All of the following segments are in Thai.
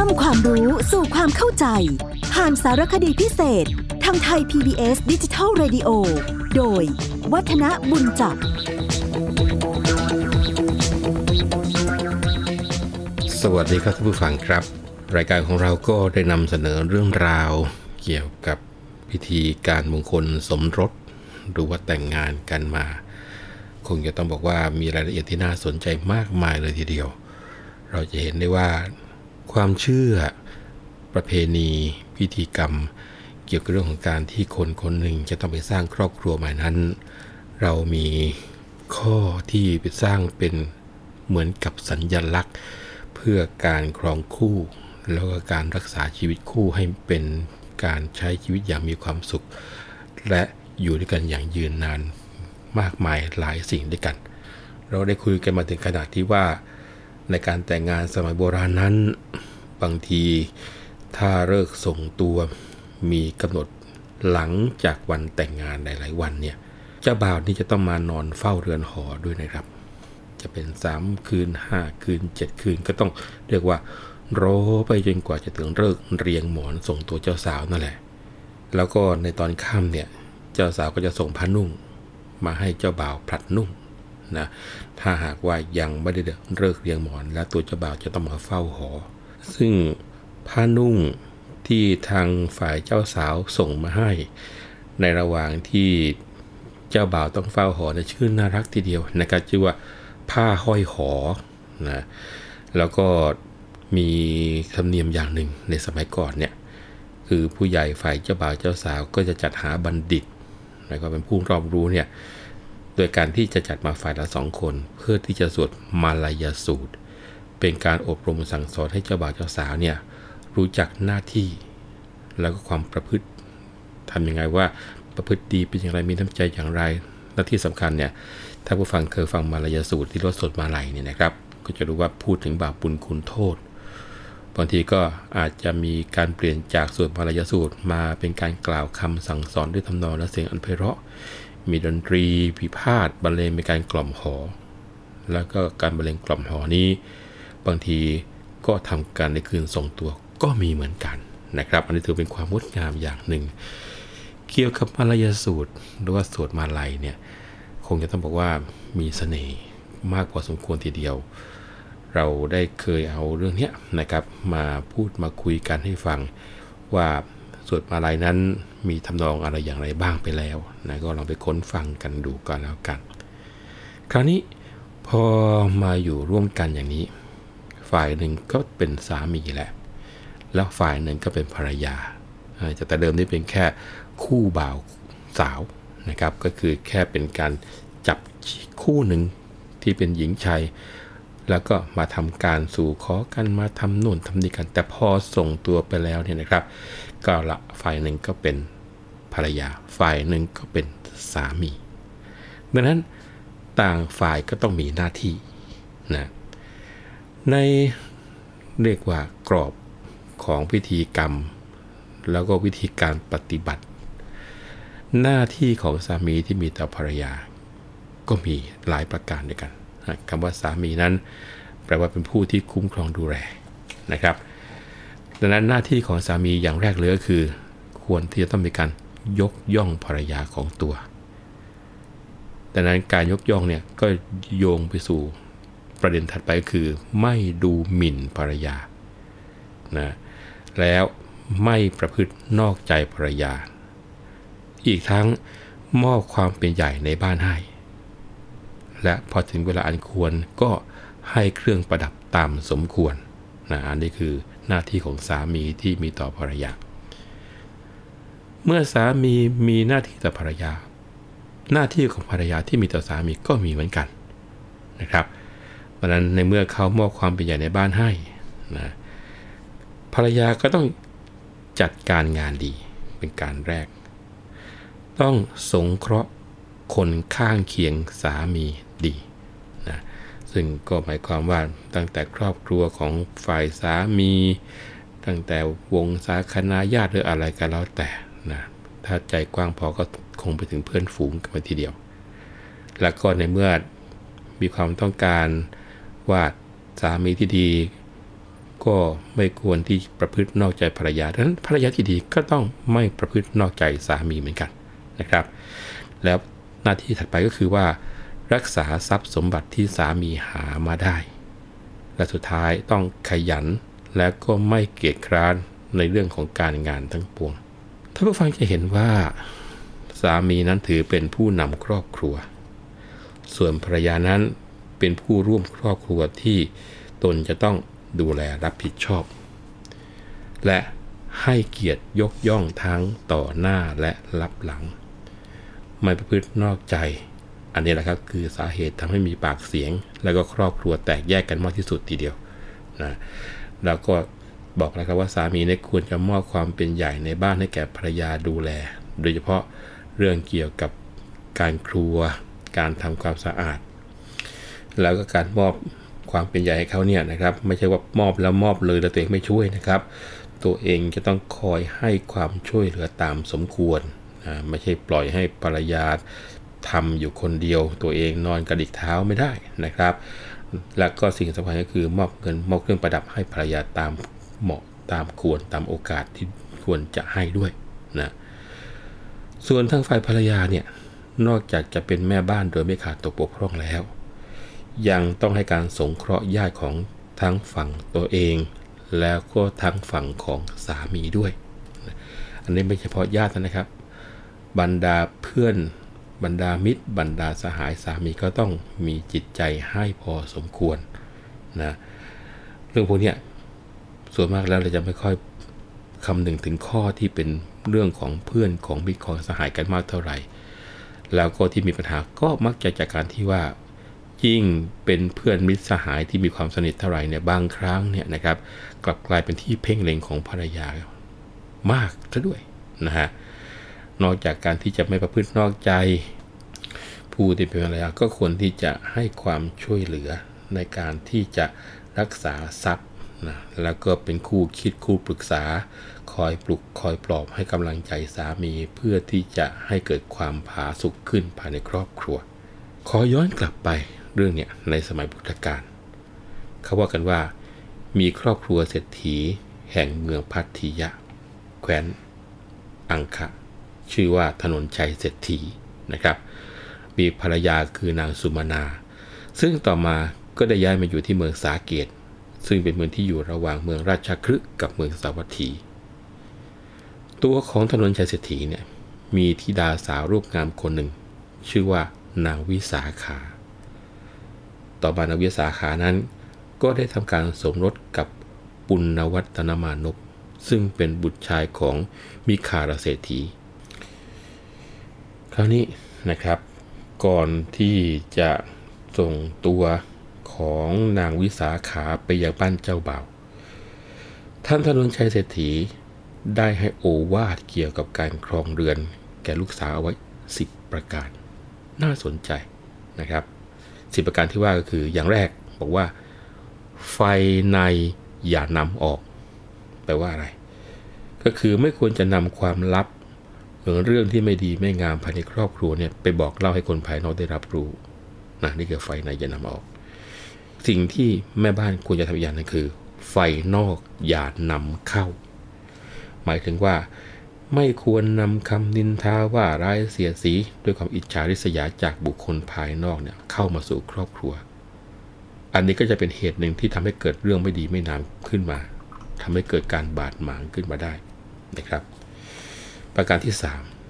ำความรู้สู่ความเข้าใจผ่านสารคดีพิเศษทางไทย PBS Digital Radio โดยวัฒนบุญจับสวัสดีครับท่านผู้ฟังครับรายการของเราก็ได้นำเสนอเรื่องราวเกี่ยวกับพิธีการมงคลสมรสหรือว่าแต่งงานกันมาคงจะต้องบอกว่ามีรายละเอียดที่น่าสนใจมากมายเลยทีเดียวเราจะเห็นได้ว่าความเชื่อประเพณีพิธีกรรมเกี่ยวกับเรื่องของการที่คนคนหนึ่งจะต้องไปสร้างครอบครัวใหม่นั้นเรามีข้อที่ไปสร้างเป็นเหมือนกับสัญลักษณ์เพื่อการครองคู่แล้วก็การรักษาชีวิตคู่ให้เป็นการใช้ชีวิตอย่างมีความสุขและอยู่ด้วยกันอย่างยืนนานมากมายหลายสิ่งด้วยกันเราได้คุยกันมาถึงขนาดที่ว่าในการแต่งงานสมัยโบราณนั้นบางทีถ้าฤกษ์ส่งตัวมีกำหนดหลังจากวันแต่งงานหลายๆวันเนี่ยเจ้าบ่าวนี่จะต้องมานอนเฝ้าเรือนหอด้วยนะครับจะเป็น3คืน5คืน7คืนก็ต้องเรียกว่ารอไปจนกว่าจะถึงฤกษ์เรียงหมอนส่งตัวเจ้าสาวนั่นแหละแล้วก็ในตอนค่ำเนี่ยเจ้าสาวก็จะส่งผ้านุ่งมาให้เจ้าบ่าวผลัดนุ่งนะถ้าหากว่ายังไม่ได้ฤกษ์เรียงหมอนแล้วตัวเจ้าบ่าวจะต้องมาเฝ้าหอซึ่งผ้านุ่งที่ทางฝ่ายเจ้าสาวส่งมาให้ในระหว่างที่เจ้าบ่าวต้องเฝ้าหอเนี่ยชื่อน่ารักทีเดียวนะครับชื่อว่าผ้าห้อยหอนะแล้วก็มีธรรมเนียมอย่างหนึ่งในสมัยก่อนเนี่ยคือผู้ใหญ่ฝ่ายเจ้าบ่าวเจ้าสาวก็จะจัดหาบัณฑิตแล้วก็เป็นผู้รอบรู้เนี่ยโดยการที่จะจัดมาฝ่ายละ2คนเพื่อที่จะสวดมาลายสูตรเป็นการอบรมสั่งสอนให้เจ้าบ่าวเจ้าสาวเนี่ยรู้จักหน้าที่แล้วก็ความประพฤติทำยังไงว่าประพฤติดีเป็นอย่างไรมีน้ำใจอย่างไรและที่สำคัญเนี่ยถ้าผู้ฟังเคยฟังมาลายสูตรที่รสสดมาลัยเนี่ยนะครับก็จะรู้ว่าพูดถึงบาปบุญคุณโทษบางทีก็อาจจะมีการเปลี่ยนจากสวดมาลายสูตรมาเป็นการกล่าวคำสั่งสอนด้วยทำนองและเสียงอันไพเราะมีดนตรีพิพาทบรรเลงเป็นการกล่อมหอแล้วก็การบรรเลงกล่อมหอนี้บางทีก็ทำการในคืนส่งตัวก็มีเหมือนกันนะครับอันนี้ถือเป็นความงดงามอย่างหนึ่งเกี่ยวกับมาลายสูตรหรือว่าสวดมาลัยเนี่ยคงจะต้องบอกว่ามีเสน่ห์มากพอสมควรทีเดียวเราได้เคยเอาเรื่องนี้นะครับมาพูดมาคุยกันให้ฟังว่าสวดมาลัยนั้นมีทำนองอะไรอย่างไรบ้างไปแล้วนะก็ลองไปค้นฟังกันดูก่อนแล้วกันคราวนี้พอมาอยู่ร่วมกันอย่างนี้ฝ่ายหนึ่งก็เป็นสามีแหละแล้วฝ่ายหนึ่งก็เป็นภรรยาจากแต่เดิมนี่เป็นแค่คู่บ่าวสาวนะครับก็คือแค่เป็นการจับคู่หนึ่งที่เป็นหญิงชายแล้วก็มาทำการสู่ขอกันมาทำนู่นทำนี่กันแต่พอส่งตัวไปแล้วเนี่ยนะครับก็ละฝ่ายหนึ่งก็เป็นภรรยาฝ่ายหนึ่งก็เป็นสามีดังนั้นต่างฝ่ายก็ต้องมีหน้าที่นะในเรียกว่ากรอบของพิธีกรรมแล้วก็วิธีการปฏิบัติหน้าที่ของสามีที่มีต่อภรรยาก็มีหลายประการด้วยกันคำว่าสามีนั้นแปลว่าเป็นผู้ที่คุ้มครองดูแลนะครับดังนั้นหน้าที่ของสามีอย่างแรกเลยก็คือควรที่จะต้องมีการยกย่องภรรยาของตัวดังนั้นการยกย่องเนี่ยก็โยงไปสู่ประเด็นถัดไปก็คือไม่ดูหมิ่นภรรยานะแล้วไม่ประพฤตินอกใจภรรยาอีกทั้งมอบความเป็นใหญ่ในบ้านให้และพอถึงเวลาอันควรก็ให้เครื่องประดับตามสมควรนะอันนี้คือหน้าที่ของสามีที่มีต่อภรรยาเมื่อสามีมีหน้าที่ต่อภรรยาหน้าที่ของภรรยาที่มีต่อสามีก็มีเหมือนกันนะครับเพราะนั้นในเมื่อเขามอบความเป็นใหญ่ในบ้านให้นะภรรยาก็ต้องจัดการงานดีเป็นการแรกต้องสงเคราะห์คนข้างเคียงสามีดีนะซึ่งก็หมายความว่าตั้งแต่ครอบครัวของฝ่ายสามีตั้งแต่วงศาคณาญาติหรืออะไรก็แล้วแต่นะถ้าใจกว้างพอก็คงไปถึงเพื่อนฝูงกันไปทีเดียวแล้วก็ในเมื่อมีความต้องการว่าสามีที่ดีก็ไม่ควรที่ประพฤตินอกใจภรรยาดังนั้นภรรยาที่ดีก็ต้องไม่ประพฤตินอกใจสามีเหมือนกันนะครับแล้วหน้าที่ถัดไปก็คือว่ารักษาทรัพย์สมบัติที่สามีหามาได้และสุดท้ายต้องขยันและก็ไม่เกียจคร้านในเรื่องของการงานทั้งปวงท่านผู้ฟังจะเห็นว่าสามีนั้นถือเป็นผู้นำครอบครัวส่วนภรรยานั้นเป็นผู้ร่วมครอบครัวที่ตนจะต้องดูแลรับผิดชอบและให้เกียรติยกย่องทั้งต่อหน้าและรับหลังไม่ประพฤตินอกใจอันนี้แหละครับคือสาเหตุทำให้มีปากเสียงแล้วก็ครอบครัวแตกแยกกันมากที่สุดทีเดียวนะแล้วก็บอกแล้วครับว่าสามีเนี่ยควรจะมอบความเป็นใหญ่ในบ้านให้แก่ภรรยาดูแลโดยเฉพาะเรื่องเกี่ยวกับการครัวการทำความสะอาดแล้วก็การมอบความเป็นใหญ่ให้เขาเนี่ยนะครับไม่ใช่ว่ามอบแล้วมอบเลยแล้วตัวเองไม่ช่วยนะครับตัวเองจะต้องคอยให้ความช่วยเหลือตามสมควรไม่ใช่ปล่อยให้ภรรยาทำอยู่คนเดียวตัวเองนอนกระดิกเท้าไม่ได้นะครับและก็สิ่งสำคัญก็คือมอบเงินมอบเครื่องประดับให้ภรรยาตามเหมาะตามควรตามโอกาสที่ควรจะให้ด้วยนะส่วนทางฝ่ายภรรยาเนี่ยนอกจากจะเป็นแม่บ้านโดยไม่ขาดตกบกพร่องแล้วยังต้องให้การสงเคราะห์ญาติของทั้งฝั่งตัวเองแล้วก็ทั้งฝั่งของสามีด้วยอันนี้ไม่เฉพาะญาตินะครับบรรดาเพื่อนบรรดามิตรบรรดาสหายสามีก็ต้องมีจิตใจให้พอสมควรนะเรื่องพวกนี้ส่วนมากแล้วเราจะไม่ค่อยคำนึงถึงข้อที่เป็นเรื่องของเพื่อนของมิตรของสหายกันมากเท่าไหร่แล้วก็ที่มีปัญหาก็มักจะจากการที่ว่ายิ่งเป็นเพื่อนมิตรสหายที่มีความสนิทเท่าไหร่เนี่ยบางครั้งเนี่ยนะครับกลับกลายเป็นที่เพ่งเล็งของภรรยามากซะด้วยนะฮะนอกจากการที่จะไม่ประพฤตินอกใจผู้ที่เป็นภรรยาก็ควรที่จะให้ความช่วยเหลือในการที่จะรักษาทรัพย์นะแล้วก็เป็นคู่คิดคู่ปรึกษาคอยปลุกคอยปลอบให้กำลังใจสามีเพื่อที่จะให้เกิดความผาสุกขึ้นภายในครอบครัวขอย้อนกลับไปเรื่องเนี่ยในสมัยพุทธกาลเขาว่ากันว่ามีครอบครัวเศรษฐีแห่งเมืองพัทธิยะแคว้นอังคะชื่อว่าถนนชัยเศรษฐีนะครับมีภรรยาคือนางสุมาณาซึ่งต่อมาก็ได้ย้ายมาอยู่ที่เมืองสาเกตซึ่งเป็นเมืองที่อยู่ระหว่างเมืองราชคฤห์กับเมืองสาวัตถีตัวของถนนชัยเศรษฐีเนี่ยมีธิดาสาวรูปงามคนหนึ่งชื่อว่านางวิสาขาต่อมานางวิสาขานั้นก็ได้ทำการสมรสกับปุณณวัฒนมานพซึ่งเป็นบุตรชายของมิคารเศรษฐีคราวนี้นะครับก่อนที่จะส่งตัวของนางวิสาขาไปยังบ้านเจ้าบ่าวท่านถนนชัยเศรษฐีได้ให้โอวาทเกี่ยวกับการครองเรือนแก่ลูกสาวเอาไว้10ประการน่าสนใจนะครับ10ประการที่ว่าก็คืออย่างแรกบอกว่าไฟในอย่านำออกแปลว่าอะไรก็คือไม่ควรจะนำความลับหรือเรื่องที่ไม่ดีไม่งามภายในครอบครัวเนี่ยไปบอกเล่าให้คนภายนอกได้รับรู้นะนี่คือไฟในอย่านำออกสิ่งที่แม่บ้านควรจะทำอย่างนั้นคือไฟนอกอย่านำเข้าหมายถึงว่าไม่ควรนำคำนินทาว่าร้ายเสียดสีด้วยความอิจฉาริษยาจากบุคคลภายนอกเนี่ยเข้ามาสู่ครอบครัวอันนี้ก็จะเป็นเหตุหนึ่งที่ทำให้เกิดเรื่องไม่ดีไม่งามขึ้นมาทำให้เกิดการบาดหมางขึ้นมาได้นะครับประการที่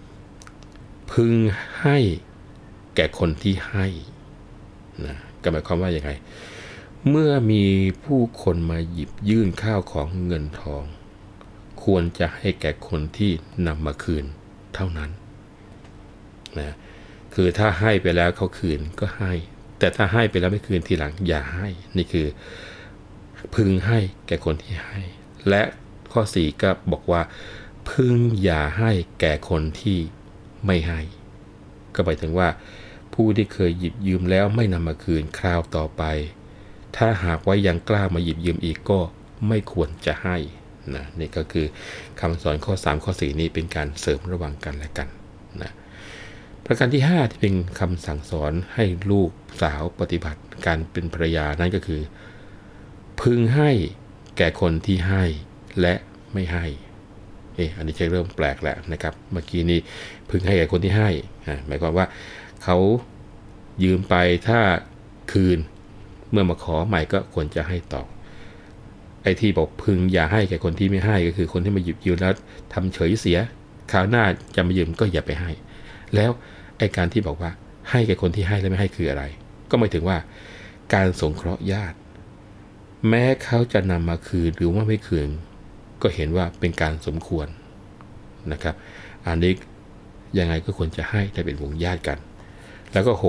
3พึงให้แก่คนที่ให้นะก็หมายความว่าอย่างไรเมื่อมีผู้คนมาหยิบยื่นข้าวของเงินทองควรจะให้แก่คนที่นำมาคืนเท่านั้นนะคือถ้าให้ไปแล้วเขาคืนก็ให้แต่ถ้าให้ไปแล้วไม่คืนทีหลังอย่าให้นี่คือพึงให้แก่คนที่ให้และข้อ4ก็บอกว่าพึงอย่าให้แก่คนที่ไม่ให้ก็หมายถึงว่าผู้ที่เคยหยิบยืมแล้วไม่นำมาคืนคราวต่อไปถ้าหากว่ายังกล้ามาหยิบยืมอีกก็ไม่ควรจะให้นะนี่ก็คือคำสอนข้อ3ข้อ4นี้เป็นการเสริมระหว่างกันและกันนะประการที่5ที่เป็นคำสั่งสอนให้ลูกสาวปฏิบัติการเป็นภรรยานั่นก็คือพึงให้แก่คนที่ให้และไม่ให้อันนี้จะเริ่มแปลกแล้วนะครับเมื่อกี้นี้พึงให้แก่คนที่ให้หมายความว่าเขายืมไปถ้าคืนเมื่อมาขอใหม่ก็ควรจะให้ต่อไอ้ที่บอกพึงอย่าให้แก่คนที่ไม่ให้ก็คือคนที่มาหยิบยืมแล้วทำเฉยเสียคราวหน้าจะมายืมก็อย่าไปให้แล้วไอ้การที่บอกว่าให้แก่คนที่ให้และไม่ให้คืออะไรก็หมายถึงว่าการสงเคราะห์ญาติแม้เขาจะนำมาคืนหรือว่าไม่คืนก็เห็นว่าเป็นการสมควรนะครับอันนี้ยังไงก็ควรจะให้แต่เป็นวงญาติกันแล้วก็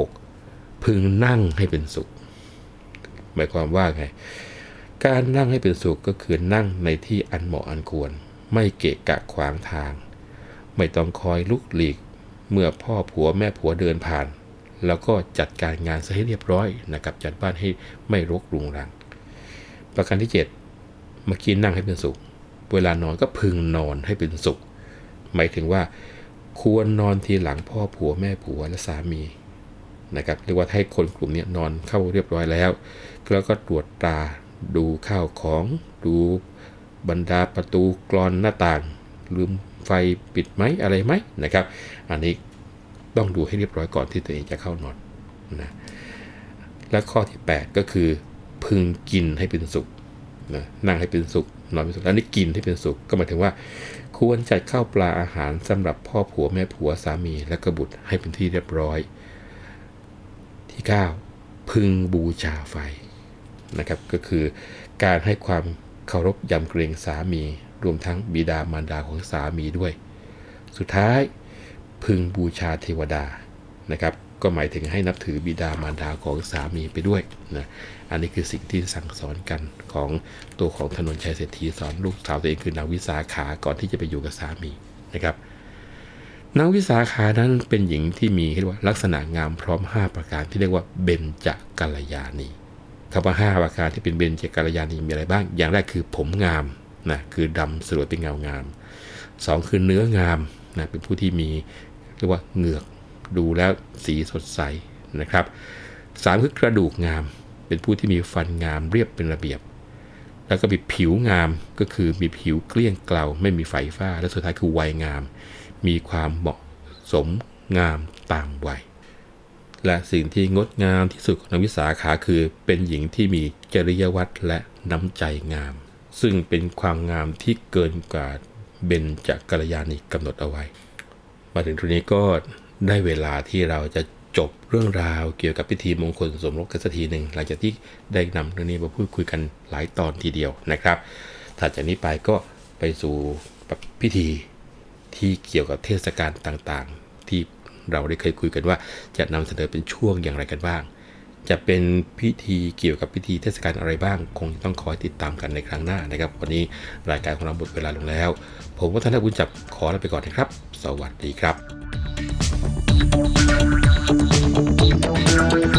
6พึงนั่งให้เป็นสุขหมายความว่าไงการนั่งให้เป็นสุขก็คือนั่งในที่อันเหมาะอันควรไม่เกะกะขวางทางไม่ต้องคอยลุกหลีกเมื่อพ่อผัวแม่ผัวเดินผ่านแล้วก็จัดการงานซะให้เรียบร้อยนะครับจัดบ้านให้ไม่รกรุงรังประการที่7เมื่อกี้นั่งให้เป็นสุขเวลานอนก็พึงนอนให้เป็นสุขหมายถึงว่าควรนอนทีหลังพ่อผัวแม่ผัวและสามีนะครับเรียกว่าให้คนกลุ่มนี้นอนเข้าเรียบร้อยแล้วก็ตรวจตาดูข้าวของดูบรรดาประตูกลอนหน้าต่างลืมไฟปิดไหมอะไรไหมนะครับอันนี้ต้องดูให้เรียบร้อยก่อนที่ตัวเองจะเข้านอนนะและข้อที่8ก็คือพึงกินให้เป็นสุขนะนั่งให้เป็นสุขนอนเป็นสุขแล้วนี่กินให้เป็นสุขก็หมายถึงว่าควรจัดข้าวปลาอาหารสำหรับพ่อผัวแม่ผัวสามีและก็บุตรให้เป็นที่เรียบร้อยที่9พึงบูชาไฟนะครับก็คือการให้ความเคารพยำเกรงสามีรวมทั้งบิดามารดาของสามีด้วยสุดท้ายพึงบูชาเทวดานะครับก็หมายถึงให้นับถือบิดามารดาของสามีไปด้วยนะอันนี้คือสิ่งที่สั่งสอนกันของตัวของถนนชัยเศรษฐีสอนลูกสาวตัวเองคือนางวิสาขาก่อนที่จะไปอยู่กับสามีนะครับนางวิสาขานั้นเป็นหญิงที่มีเรียกว่าลักษณะงามพร้อม5ประการที่เรียกว่าเบญจกัลยาณีคำว่า5ประการที่เป็นเบญจกัลยาณีมีอะไรบ้างอย่างแรกคือผมงามนะคือดำสลวยเป็นเงางาม2คือเนื้องามนะเป็นผู้ที่มีเรียกว่าเหงือกดูแล้วสีสดใสนะครับ3คือกระดูกงามเป็นผู้ที่มีฟันงามเรียบเป็นระเบียบแล้วก็มีผิวงามก็คือมีผิวเกลี้ยงเกลาไม่มีไฝฟ้าและสุดท้ายคือวัยงามมีความเหมาะสมงามตามวัยและสิ่งที่งดงามที่สุดของนางวิสาขาคือเป็นหญิงที่มีจริยวัตรและน้ำใจงามซึ่งเป็นความงามที่เกินกว่าเบญจกัลยาณีกำหนดเอาไว้มาถึงตรงนี้ก็ได้เวลาที่เราจะจบเรื่องราวเกี่ยวกับพิธีมงคลสมรสกันสักทีหนึ่งหลังจากที่ได้นำเรื่องนี้มาพูดคุยกันหลายตอนทีเดียวนะครับถัดจากนี้ไปก็ไปสู่พิธีที่เกี่ยวกับเทศกาลต่างๆที่เราได้เคยคุยกันว่าจะนำเสนอเป็นช่วงอย่างไรกันบ้างจะเป็นพิธีเกี่ยวกับพิธีเทศกาลอะไรบ้างคงต้องคอยติดตามกันในครั้งหน้านะครับวันนี้รายการของเราหมดเวลาลงแล้วผมวัฒนบุญจับขอลาไปก่อนนะครับสวัสดีครับ